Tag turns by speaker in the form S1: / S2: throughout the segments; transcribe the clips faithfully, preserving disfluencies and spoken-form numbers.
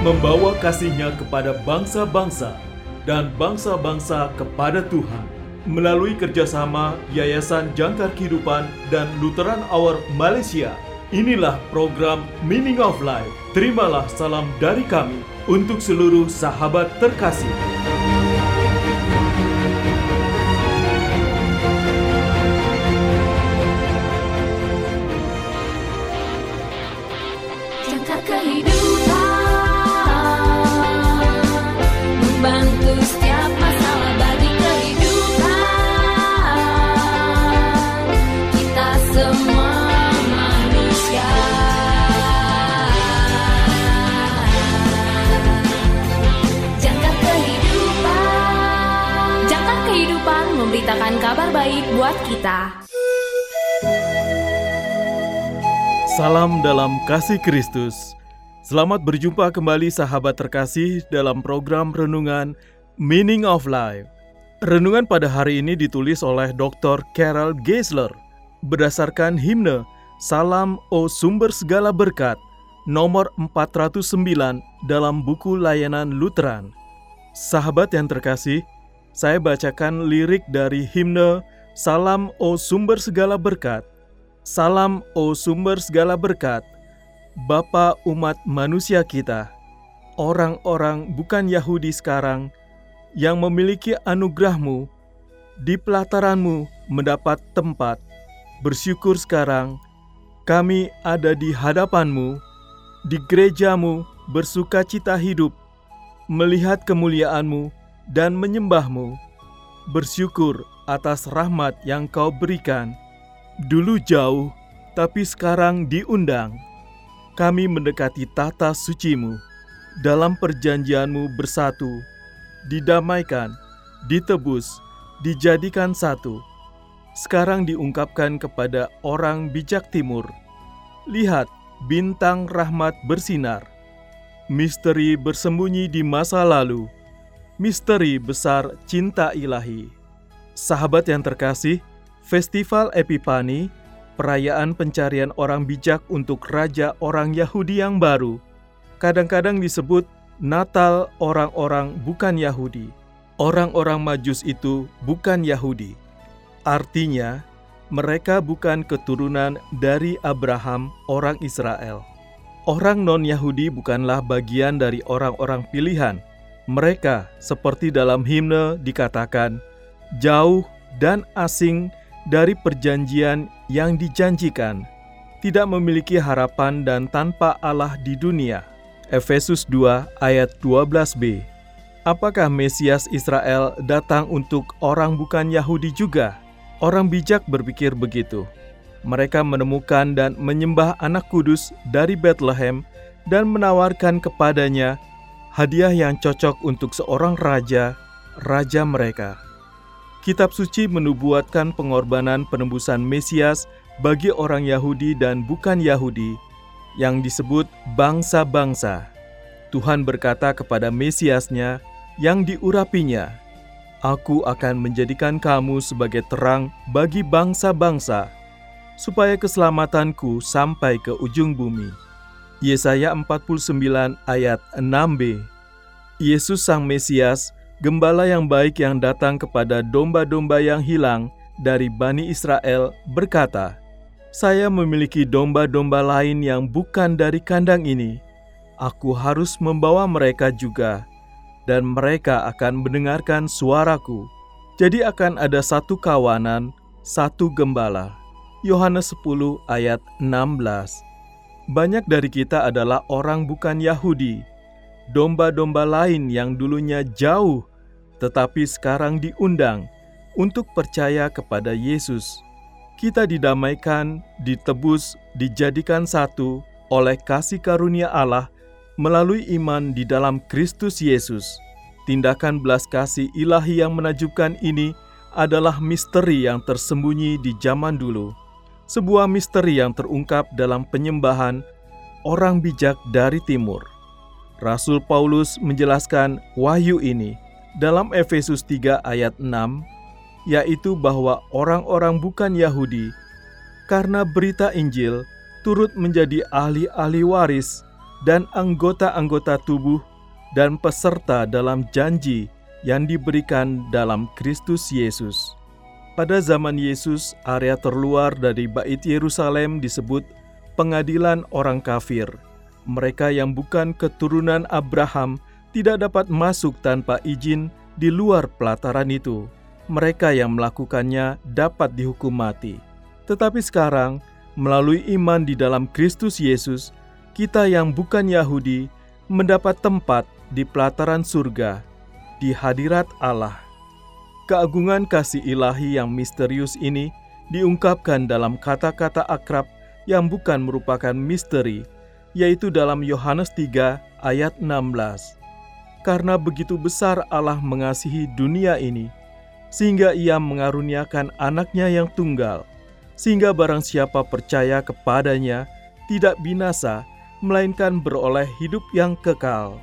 S1: membawa kasih-Nya kepada bangsa-bangsa dan bangsa-bangsa kepada Tuhan. Melalui kerjasama Yayasan Jangkar Kehidupan dan Lutheran Hour Malaysia, inilah program Meaning of Life. Terimalah salam dari kami untuk seluruh sahabat terkasih.
S2: Jangkar kehidupan membantu setiap masalah bagi kehidupan kita semua manusia. Jangkar kehidupan, Jangkar kehidupan memberitakan kabar baik buat kita.
S1: Salam dalam kasih Kristus. Selamat berjumpa kembali sahabat terkasih dalam program renungan Meaning of Life. Renungan pada hari ini ditulis oleh doktor Carol Geisler berdasarkan himne Salam O Sumber Segala Berkat nomor empat ratus sembilan dalam buku layanan Lutheran. Sahabat yang terkasih, saya bacakan lirik dari himne Salam O Sumber Segala Berkat. Salam O Sumber Segala Berkat, Bapa umat manusia kita, orang-orang bukan Yahudi sekarang yang memiliki anugerah-Mu, di pelataran-Mu mendapat tempat. Bersyukur sekarang kami ada di hadapan-Mu, di gereja-Mu bersukacita hidup, melihat kemuliaan-Mu dan menyembah-Mu. Bersyukur atas rahmat yang Kau berikan. Dulu jauh, tapi sekarang diundang. Kami mendekati tata suci-Mu. Dalam perjanjian-Mu bersatu, didamaikan, ditebus, dijadikan satu. Sekarang diungkapkan kepada orang bijak timur. Lihat, bintang rahmat bersinar. Misteri bersembunyi di masa lalu. Misteri besar cinta ilahi. Sahabat yang terkasih, Festival Epifani, perayaan pencarian orang bijak untuk Raja orang Yahudi yang baru, kadang-kadang disebut Natal orang-orang bukan Yahudi. Orang-orang Majus itu bukan Yahudi. Artinya, mereka bukan keturunan dari Abraham, orang Israel. Orang non-Yahudi bukanlah bagian dari orang-orang pilihan. Mereka, seperti dalam himne dikatakan, jauh dan asing dari perjanjian yang dijanjikan, tidak memiliki harapan dan tanpa Allah di dunia. Efesus dua ayat dua belas b. Apakah Mesias Israel datang untuk orang bukan Yahudi juga? Orang bijak berpikir begitu. Mereka menemukan dan menyembah Anak Kudus dari Bethlehem dan menawarkan kepadanya hadiah yang cocok untuk seorang raja, raja mereka. Kitab suci menubuatkan pengorbanan penebusan Mesias bagi orang Yahudi dan bukan Yahudi, yang disebut bangsa-bangsa. Tuhan berkata kepada Mesiasnya yang diurapinya, Aku akan menjadikan kamu sebagai terang bagi bangsa-bangsa, supaya keselamatanku sampai ke ujung bumi. Yesaya empat puluh sembilan ayat enam b. Yesus Sang Mesias, Gembala yang baik yang datang kepada domba-domba yang hilang dari Bani Israel, berkata, Saya memiliki domba-domba lain yang bukan dari kandang ini. Aku harus membawa mereka juga, dan mereka akan mendengarkan suaraku. Jadi akan ada satu kawanan, satu gembala. Yohanes sepuluh ayat enam belas. Banyak dari kita adalah orang bukan Yahudi, domba-domba lain yang dulunya jauh, tetapi sekarang diundang untuk percaya kepada Yesus. Kita didamaikan, ditebus, dijadikan satu oleh kasih karunia Allah melalui iman di dalam Kristus Yesus. Tindakan belas kasih ilahi yang menakjubkan ini adalah misteri yang tersembunyi di zaman dulu. Sebuah misteri yang terungkap dalam penyembahan orang bijak dari timur. Rasul Paulus menjelaskan wahyu ini dalam Efesus tiga ayat enam, yaitu bahwa orang-orang bukan Yahudi, karena berita Injil, turut menjadi ahli-ahli waris dan anggota-anggota tubuh dan peserta dalam janji yang diberikan dalam Kristus Yesus. Pada zaman Yesus, area terluar dari Bait Yerusalem disebut pengadilan orang kafir. Mereka yang bukan keturunan Abraham tidak dapat masuk tanpa izin di luar pelataran itu. Mereka yang melakukannya dapat dihukum mati. Tetapi sekarang, melalui iman di dalam Kristus Yesus, kita yang bukan Yahudi mendapat tempat di pelataran surga, di hadirat Allah. Keagungan kasih ilahi yang misterius ini diungkapkan dalam kata-kata akrab yang bukan merupakan misteri, yaitu dalam Yohanes tiga ayat enam belas. Karena begitu besar Allah mengasihi dunia ini, sehingga Ia mengaruniakan anaknya yang tunggal, sehingga barang siapa percaya kepadanya tidak binasa, melainkan beroleh hidup yang kekal.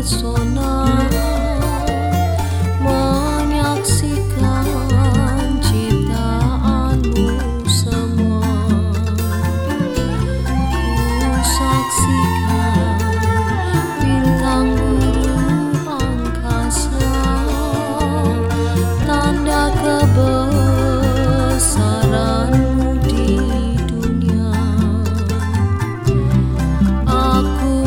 S3: terpesona menyaksikan ciptaanmu semua. Ku saksikan bintang biru angkasa, tanda kebesaranmu di dunia. Aku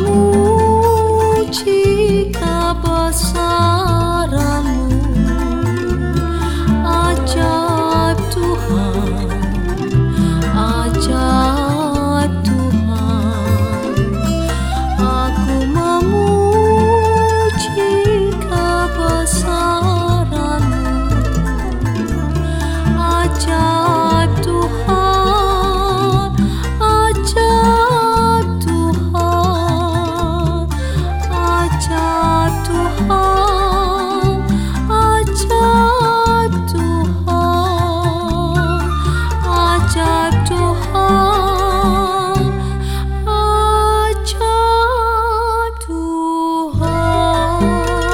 S3: memuji kebesaran-Mu, ajaib Tuhan, ajaib Tuhan. Aku memuji kebesaran-Mu, ajaib Tuhan, ajaib Tuhan, ajaib Tuhan, ajaib Tuhan, ajaib Tuhan, ajaib Tuhan.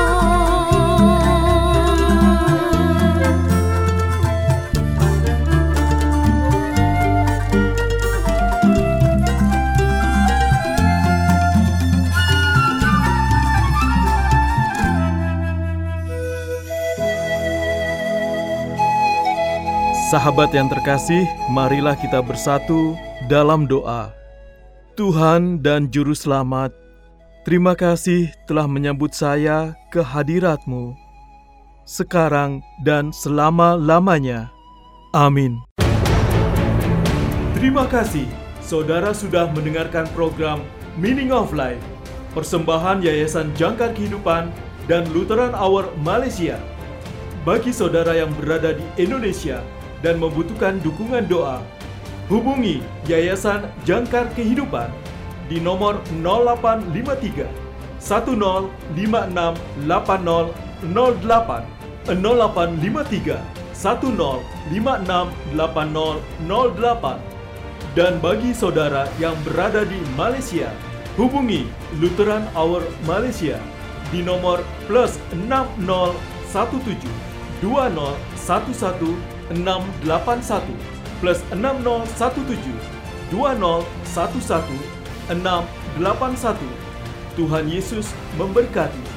S1: Sahabat yang terkasih, marilah kita bersatu dalam doa. Tuhan dan Juru Selamat, terima kasih telah menyambut saya ke hadirat-Mu, sekarang dan selama-lamanya. Amin. Terima kasih, saudara sudah mendengarkan program Meaning of Life, persembahan Yayasan Jangkar Kehidupan dan Lutheran Hour Malaysia. Bagi saudara yang berada di Indonesia dan membutuhkan dukungan doa, hubungi Yayasan Jangkar Kehidupan di nomor nol delapan lima tiga satu nol lima enam delapan nol nol delapan nol delapan lima tiga satu nol lima enam delapan nol nol delapan. Dan bagi saudara yang berada di Malaysia, hubungi Lutheran Hour Malaysia di nomor plus enam nol satu tujuh dua nol satu satu enam delapan satu plus enam nol satu tujuh dua nol satu satu enam delapan satu. Tuhan Yesus memberkati.